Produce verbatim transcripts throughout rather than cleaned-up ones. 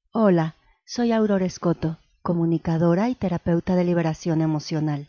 Hola, soy Aurora Escoto, comunicadora y terapeuta de liberación emocional.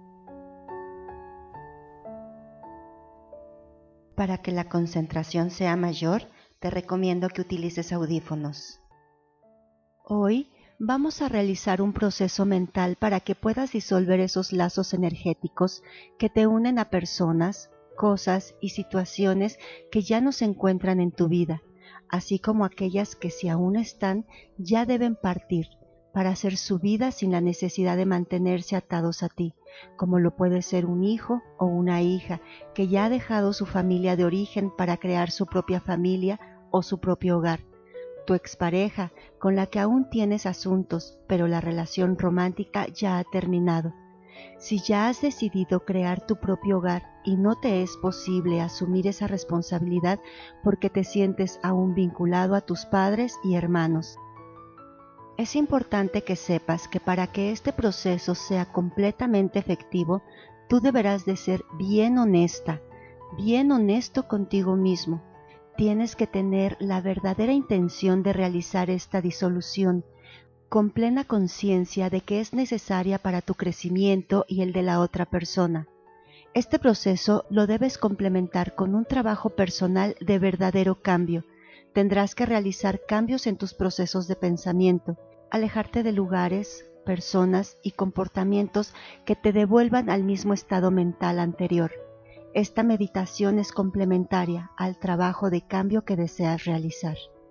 Para que la concentración sea mayor, te recomiendo que utilices audífonos. Hoy vamos a realizar un proceso mental para que puedas disolver esos lazos energéticos que te unen a personas, cosas y situaciones que ya no se encuentran en tu vida, así como aquellas que si aún están ya deben partir para hacer su vida sin la necesidad de mantenerse atados a ti, como lo puede ser un hijo o una hija que ya ha dejado su familia de origen para crear su propia familia o su propio hogar. Tu expareja con la que aún tienes asuntos, pero la relación romántica ya ha terminado. Si ya has decidido crear tu propio hogar y no te es posible asumir esa responsabilidad porque te sientes aún vinculado a tus padres y hermanos. Es importante que sepas que para que este proceso sea completamente efectivo, tú deberás de ser bien honesta, bien honesto contigo mismo. Tienes que tener la verdadera intención de realizar esta disolución, con plena conciencia de que es necesaria para tu crecimiento y el de la otra persona. Este proceso lo debes complementar con un trabajo personal de verdadero cambio. Tendrás que realizar cambios en tus procesos de pensamiento, alejarte de lugares, personas y comportamientos que te devuelvan al mismo estado mental anterior. Esta meditación es complementaria al trabajo de cambio que deseas realizar.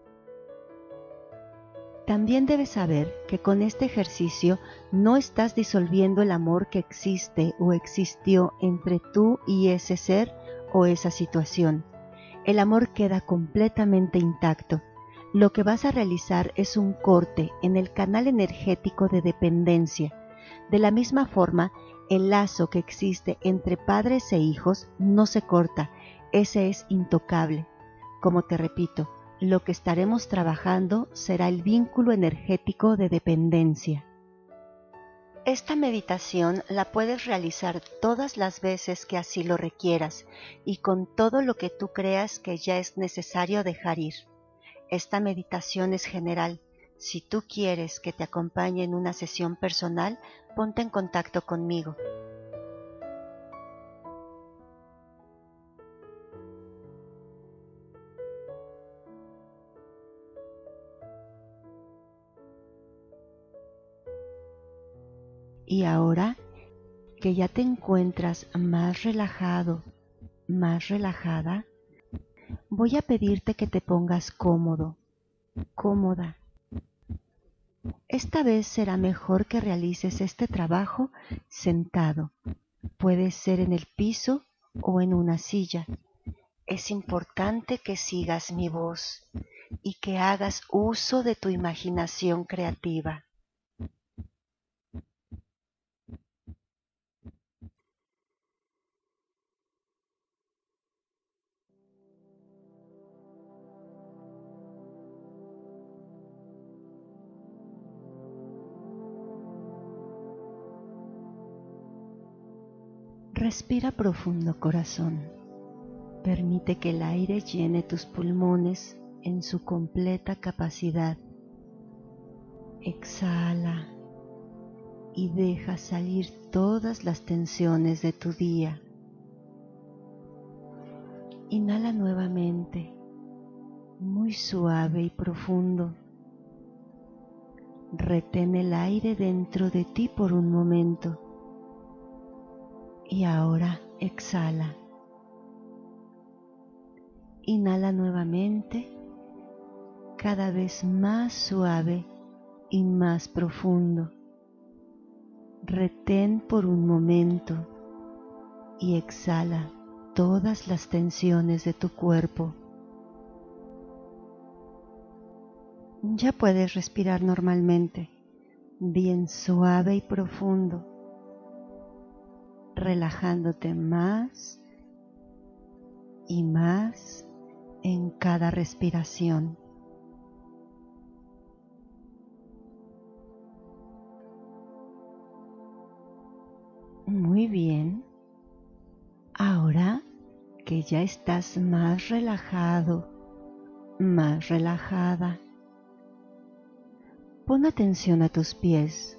También debes saber que con este ejercicio no estás disolviendo el amor que existe o existió entre tú y ese ser o esa situación. El amor queda completamente intacto. Lo que vas a realizar es un corte en el canal energético de dependencia. De la misma forma, el lazo que existe entre padres e hijos no se corta, ese es intocable. Como te repito, lo que estaremos trabajando será el vínculo energético de dependencia. Esta meditación la puedes realizar todas las veces que así lo requieras y con todo lo que tú creas que ya es necesario dejar ir. Esta meditación es general. Si tú quieres que te acompañe en una sesión personal, ponte en contacto conmigo. Y ahora que ya te encuentras más relajado, más relajada, voy a pedirte que te pongas cómodo, cómoda. Esta vez será mejor que realices este trabajo sentado. Puede ser en el piso o en una silla. Es importante que sigas mi voz y que hagas uso de tu imaginación creativa. Respira profundo, corazón. Permite que el aire llene tus pulmones en su completa capacidad. Exhala y deja salir todas las tensiones de tu día. Inhala nuevamente, muy suave y profundo. Retén el aire dentro de ti por un momento. Y ahora exhala. Inhala nuevamente, cada vez más suave y más profundo. Retén por un momento y exhala todas las tensiones de tu cuerpo. Ya puedes respirar normalmente, bien suave y profundo, relajándote más y más en cada respiración. Muy bien. Ahora que ya estás más relajado, más relajada, Pon atención a tus pies.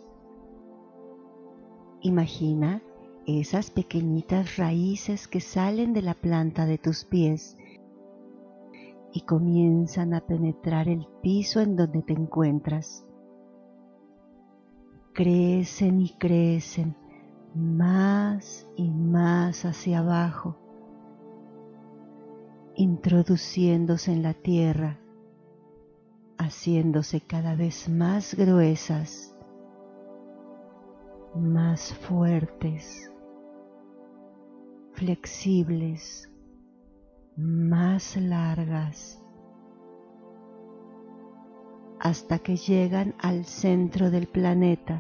Imagina esas pequeñitas raíces que salen de la planta de tus pies y comienzan a penetrar el piso en donde te encuentras. Crecen y crecen más y más hacia abajo, introduciéndose en la tierra, haciéndose cada vez más gruesas, más fuertes, flexibles, más largas, hasta que llegan al centro del planeta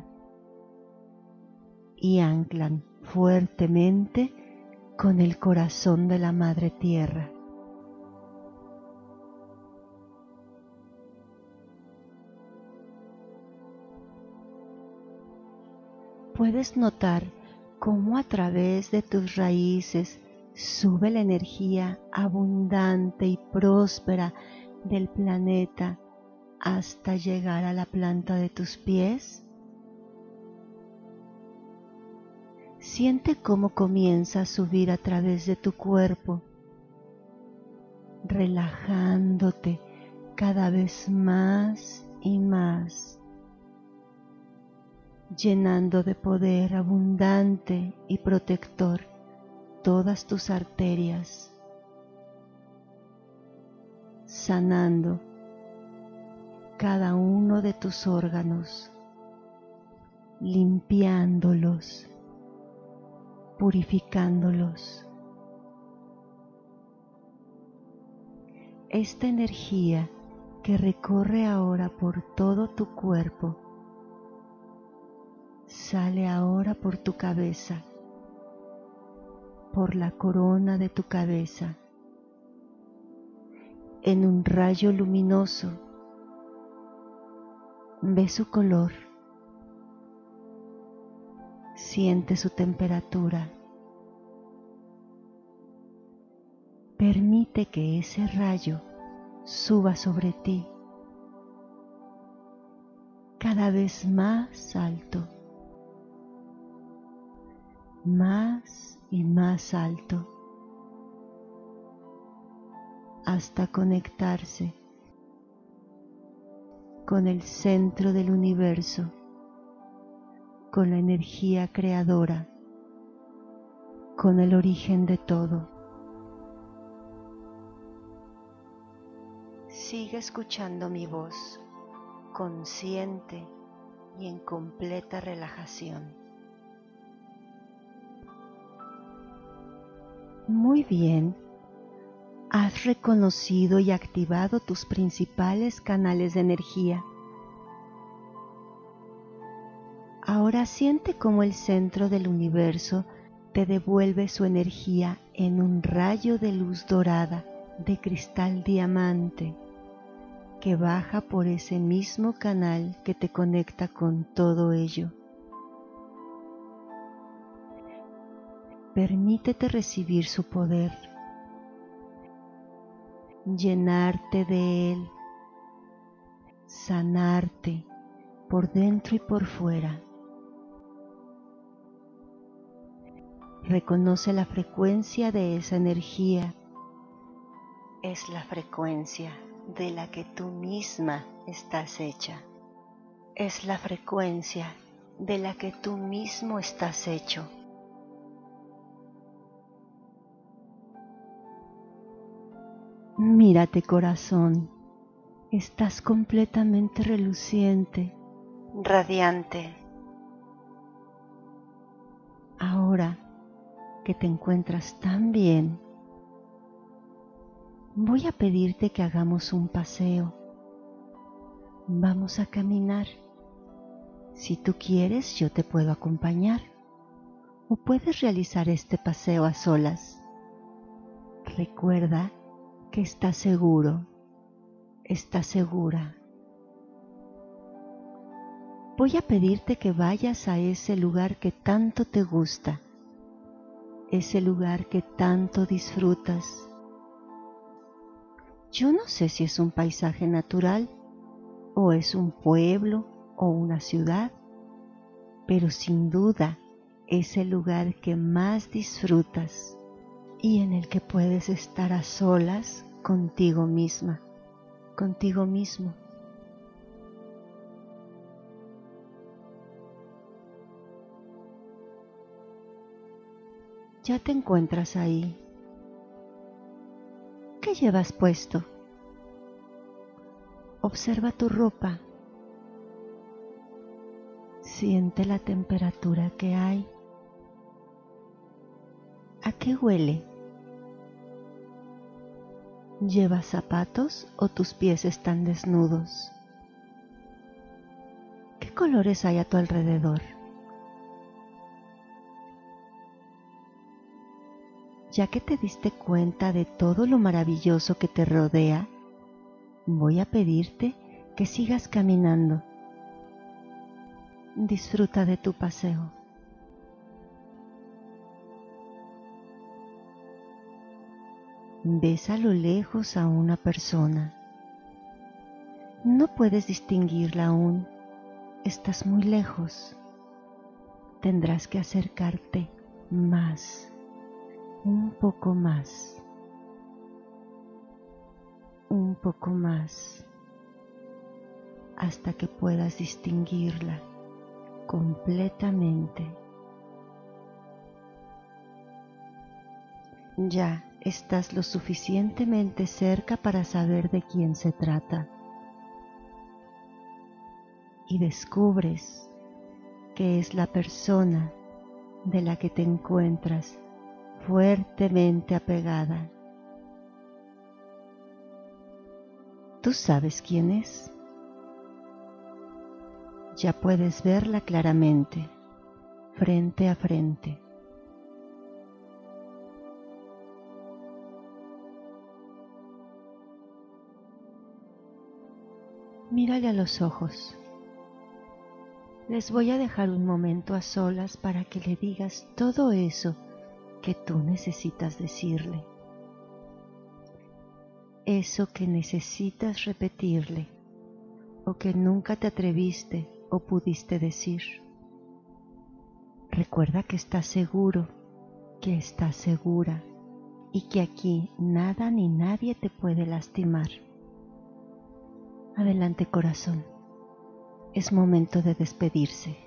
y anclan fuertemente con el corazón de la Madre Tierra. Puedes notar cómo a través de tus raíces sube la energía abundante y próspera del planeta hasta llegar a la planta de tus pies. Siente cómo comienza a subir a través de tu cuerpo, relajándote cada vez más y más, llenando de poder abundante y protector todas tus arterias, sanando cada uno de tus órganos, limpiándolos, purificándolos. Esta energía que recorre ahora por todo tu cuerpo sale ahora por tu cabeza, por la corona de tu cabeza, en un rayo luminoso. Ve su color, siente su temperatura. Permite que ese rayo suba sobre ti, cada vez más alto, más y más alto, hasta conectarse con el centro del universo, con la energía creadora, con el origen de todo. Sigue escuchando mi voz, consciente y en completa relajación. Muy bien, has reconocido y activado tus principales canales de energía. Ahora siente cómo el centro del universo te devuelve su energía en un rayo de luz dorada de cristal diamante que baja por ese mismo canal que te conecta con todo ello. Permítete recibir su poder, llenarte de él, sanarte por dentro y por fuera. Reconoce la frecuencia de esa energía. Es la frecuencia de la que tú misma estás hecha. Es la frecuencia de la que tú mismo estás hecho. Mírate, corazón, estás completamente reluciente, radiante. Ahora que te encuentras tan bien, voy a pedirte que hagamos un paseo. Vamos a caminar. Si tú quieres, yo te puedo acompañar, o puedes realizar este paseo a solas. Recuerda que estás seguro, estás segura. Voy a pedirte que vayas a ese lugar que tanto te gusta, ese lugar que tanto disfrutas. Yo no sé si es un paisaje natural o es un pueblo o una ciudad, pero sin duda es el lugar que más disfrutas y en el que puedes estar a solas contigo misma, contigo mismo. Ya te encuentras ahí. ¿Qué llevas puesto? Observa tu ropa. Siente la temperatura que hay. ¿A qué huele? ¿Llevas zapatos o tus pies están desnudos? ¿Qué colores hay a tu alrededor? Ya que te diste cuenta de todo lo maravilloso que te rodea, voy a pedirte que sigas caminando. Disfruta de tu paseo. Ves a lo lejos a una persona. No puedes distinguirla aún. Estás muy lejos. Tendrás que acercarte más, un poco más, un poco más, hasta que puedas distinguirla completamente. Ya estás lo suficientemente cerca para saber de quién se trata. Y descubres que es la persona de la que te encuentras fuertemente apegada. ¿Tú sabes quién es? Ya puedes verla claramente, frente a frente. Mírale a los ojos. Les voy a dejar un momento a solas para que le digas todo eso que tú necesitas decirle. Eso que necesitas repetirle o que nunca te atreviste o pudiste decir. Recuerda que estás seguro, que estás segura y que aquí nada ni nadie te puede lastimar. Adelante, corazón. Es momento de despedirse.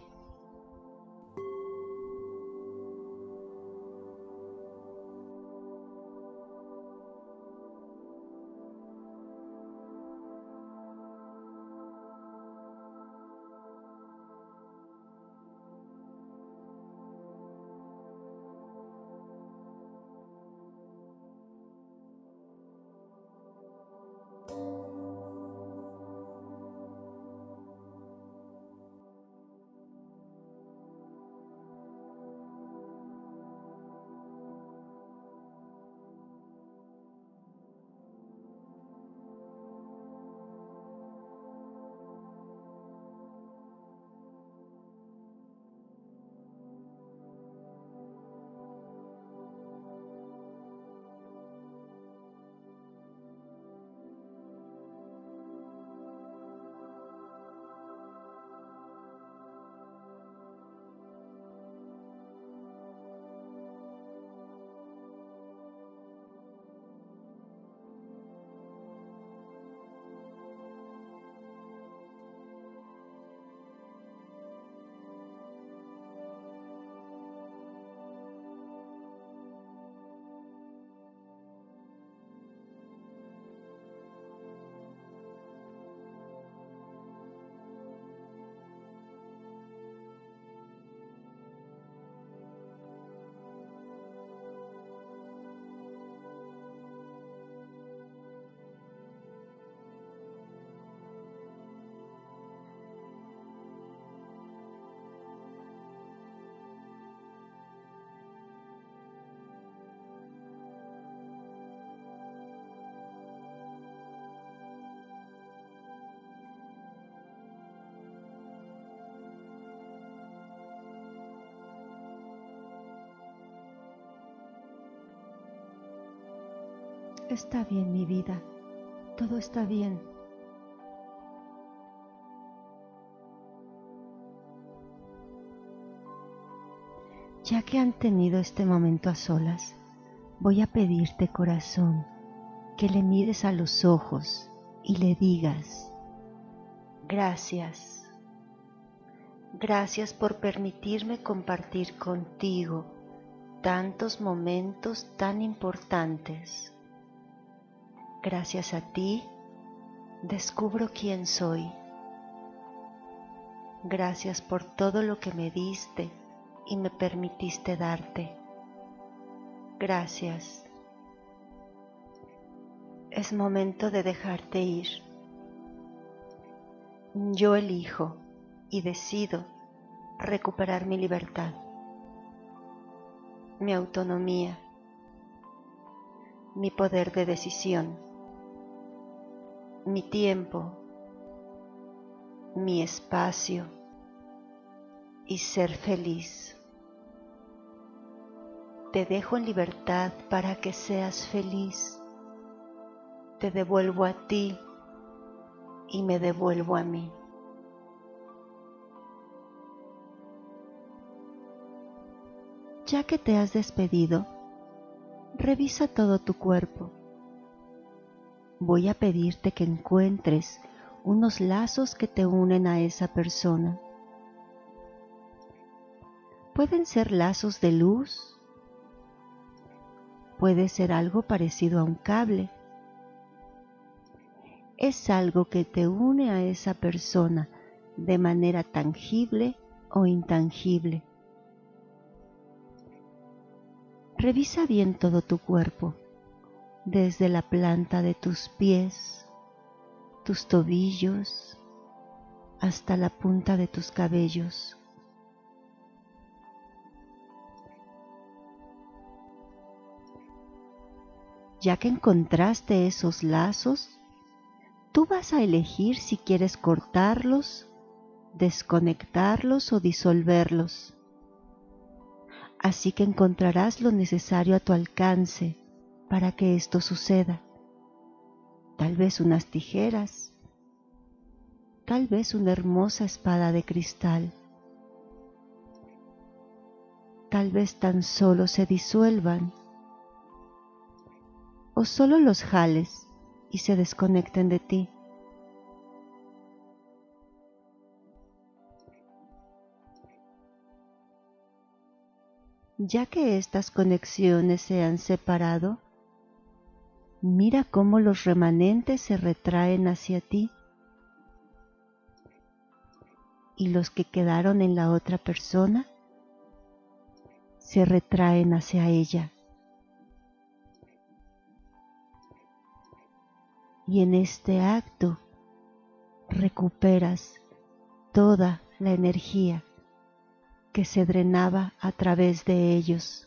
Está bien, mi vida. Todo está bien. Ya que han tenido este momento a solas, voy a pedirte, corazón, que le mires a los ojos y le digas: gracias, gracias por permitirme compartir contigo tantos momentos tan importantes. Gracias a ti, descubro quién soy. Gracias por todo lo que me diste y me permitiste darte. Gracias. Es momento de dejarte ir. Yo elijo y decido recuperar mi libertad, mi autonomía, mi poder de decisión, mi tiempo, mi espacio y ser feliz. Te dejo en libertad para que seas feliz. Te devuelvo a ti y me devuelvo a mí. Ya que te has despedido, revisa todo tu cuerpo. Voy a pedirte que encuentres unos lazos que te unen a esa persona. Pueden ser lazos de luz, puede ser algo parecido a un cable. Es algo que te une a esa persona de manera tangible o intangible. Revisa bien todo tu cuerpo, desde la planta de tus pies, tus tobillos, hasta la punta de tus cabellos. Ya que encontraste esos lazos, tú vas a elegir si quieres cortarlos, desconectarlos o disolverlos. Así que encontrarás lo necesario a tu alcance para que esto suceda. Tal vez unas tijeras, tal vez una hermosa espada de cristal. Tal vez tan solo se disuelvan o solo los jales y se desconecten de ti. Ya que estas conexiones se han separado, mira cómo los remanentes se retraen hacia ti y los que quedaron en la otra persona se retraen hacia ella. Y en este acto recuperas toda la energía que se drenaba a través de ellos.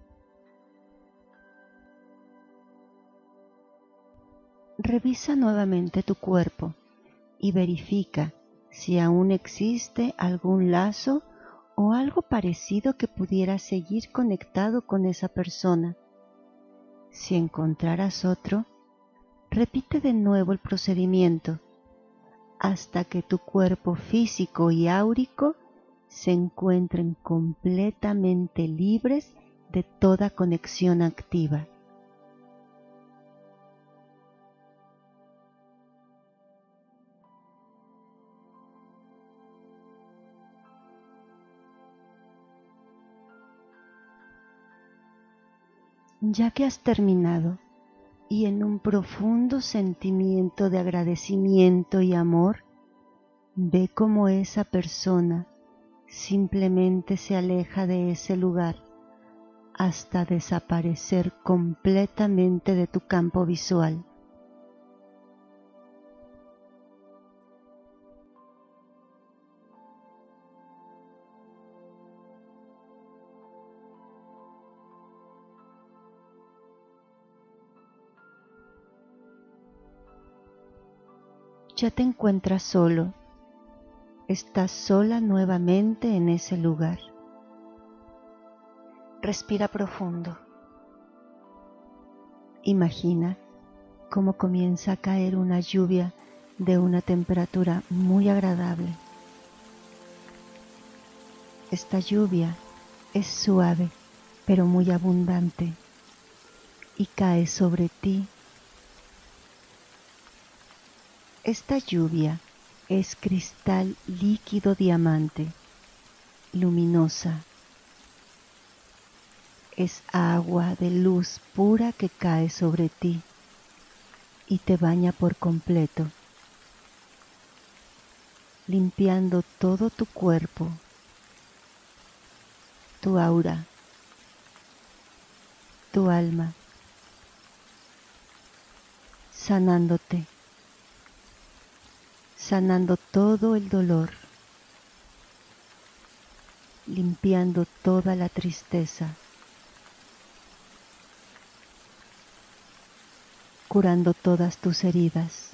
Revisa nuevamente tu cuerpo y verifica si aún existe algún lazo o algo parecido que pudiera seguir conectado con esa persona. Si encontraras otro, repite de nuevo el procedimiento hasta que tu cuerpo físico y áurico se encuentren completamente libres de toda conexión activa. Ya que has terminado y en un profundo sentimiento de agradecimiento y amor, ve cómo esa persona simplemente se aleja de ese lugar hasta desaparecer completamente de tu campo visual. Ya te encuentras solo, estás sola nuevamente en ese lugar. Respira profundo. Imagina cómo comienza a caer una lluvia de una temperatura muy agradable. Esta lluvia Es suave, pero muy abundante, y cae sobre ti. Esta lluvia es cristal líquido diamante, luminosa. Es agua de luz pura que cae sobre ti y te baña por completo, limpiando todo tu cuerpo, tu aura, tu alma, sanándote, sanando todo el dolor, limpiando toda la tristeza, curando todas tus heridas.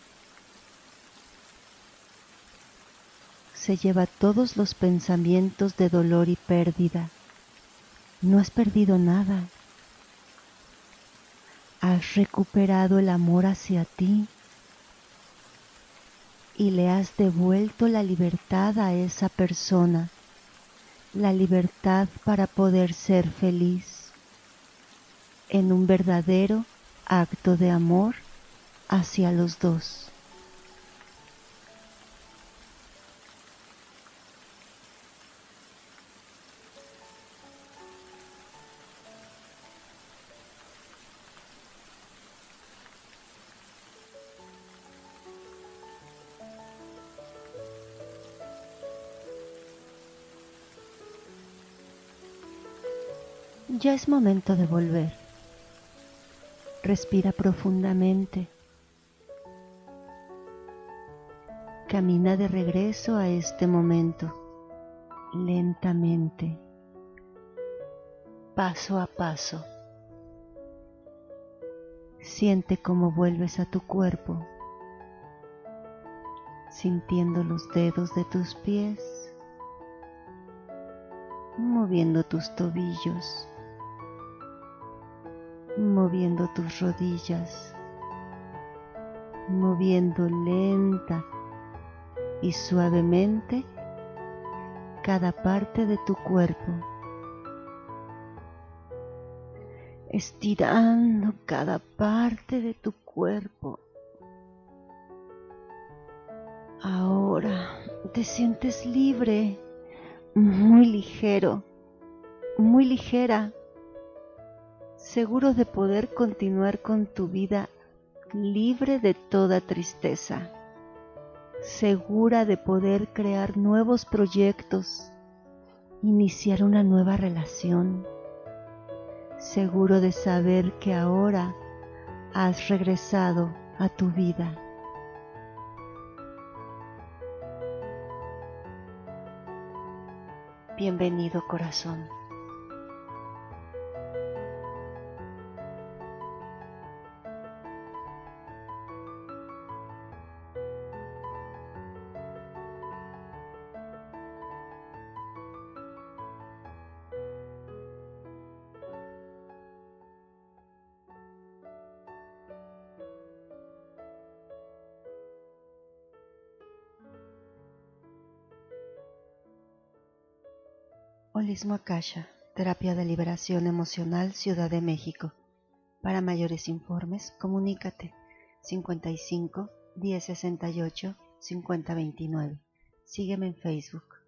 Se lleva todos los pensamientos de dolor y pérdida. No has perdido nada. Has recuperado el amor hacia ti y le has devuelto la libertad a esa persona, la libertad para poder ser feliz en un verdadero acto de amor hacia los dos. Ya es momento de volver. Respira profundamente. Camina de regreso a este momento, lentamente, paso a paso. Siente cómo vuelves a tu cuerpo, sintiendo los dedos de tus pies, moviendo tus tobillos, moviendo tus rodillas, moviendo lenta y suavemente cada parte de tu cuerpo, estirando cada parte de tu cuerpo. Ahora te sientes libre, muy ligero, muy ligera, seguro de poder continuar con tu vida libre de toda tristeza, segura de poder crear nuevos proyectos, iniciar una nueva relación, seguro de saber que ahora has regresado a tu vida. Bienvenido, corazón. Holismo Akasha, Terapia de Liberación Emocional, Ciudad de México. Para mayores informes, comunícate cincuenta y cinco, diez sesenta y ocho, cincuenta veintinueve. Sígueme en Facebook.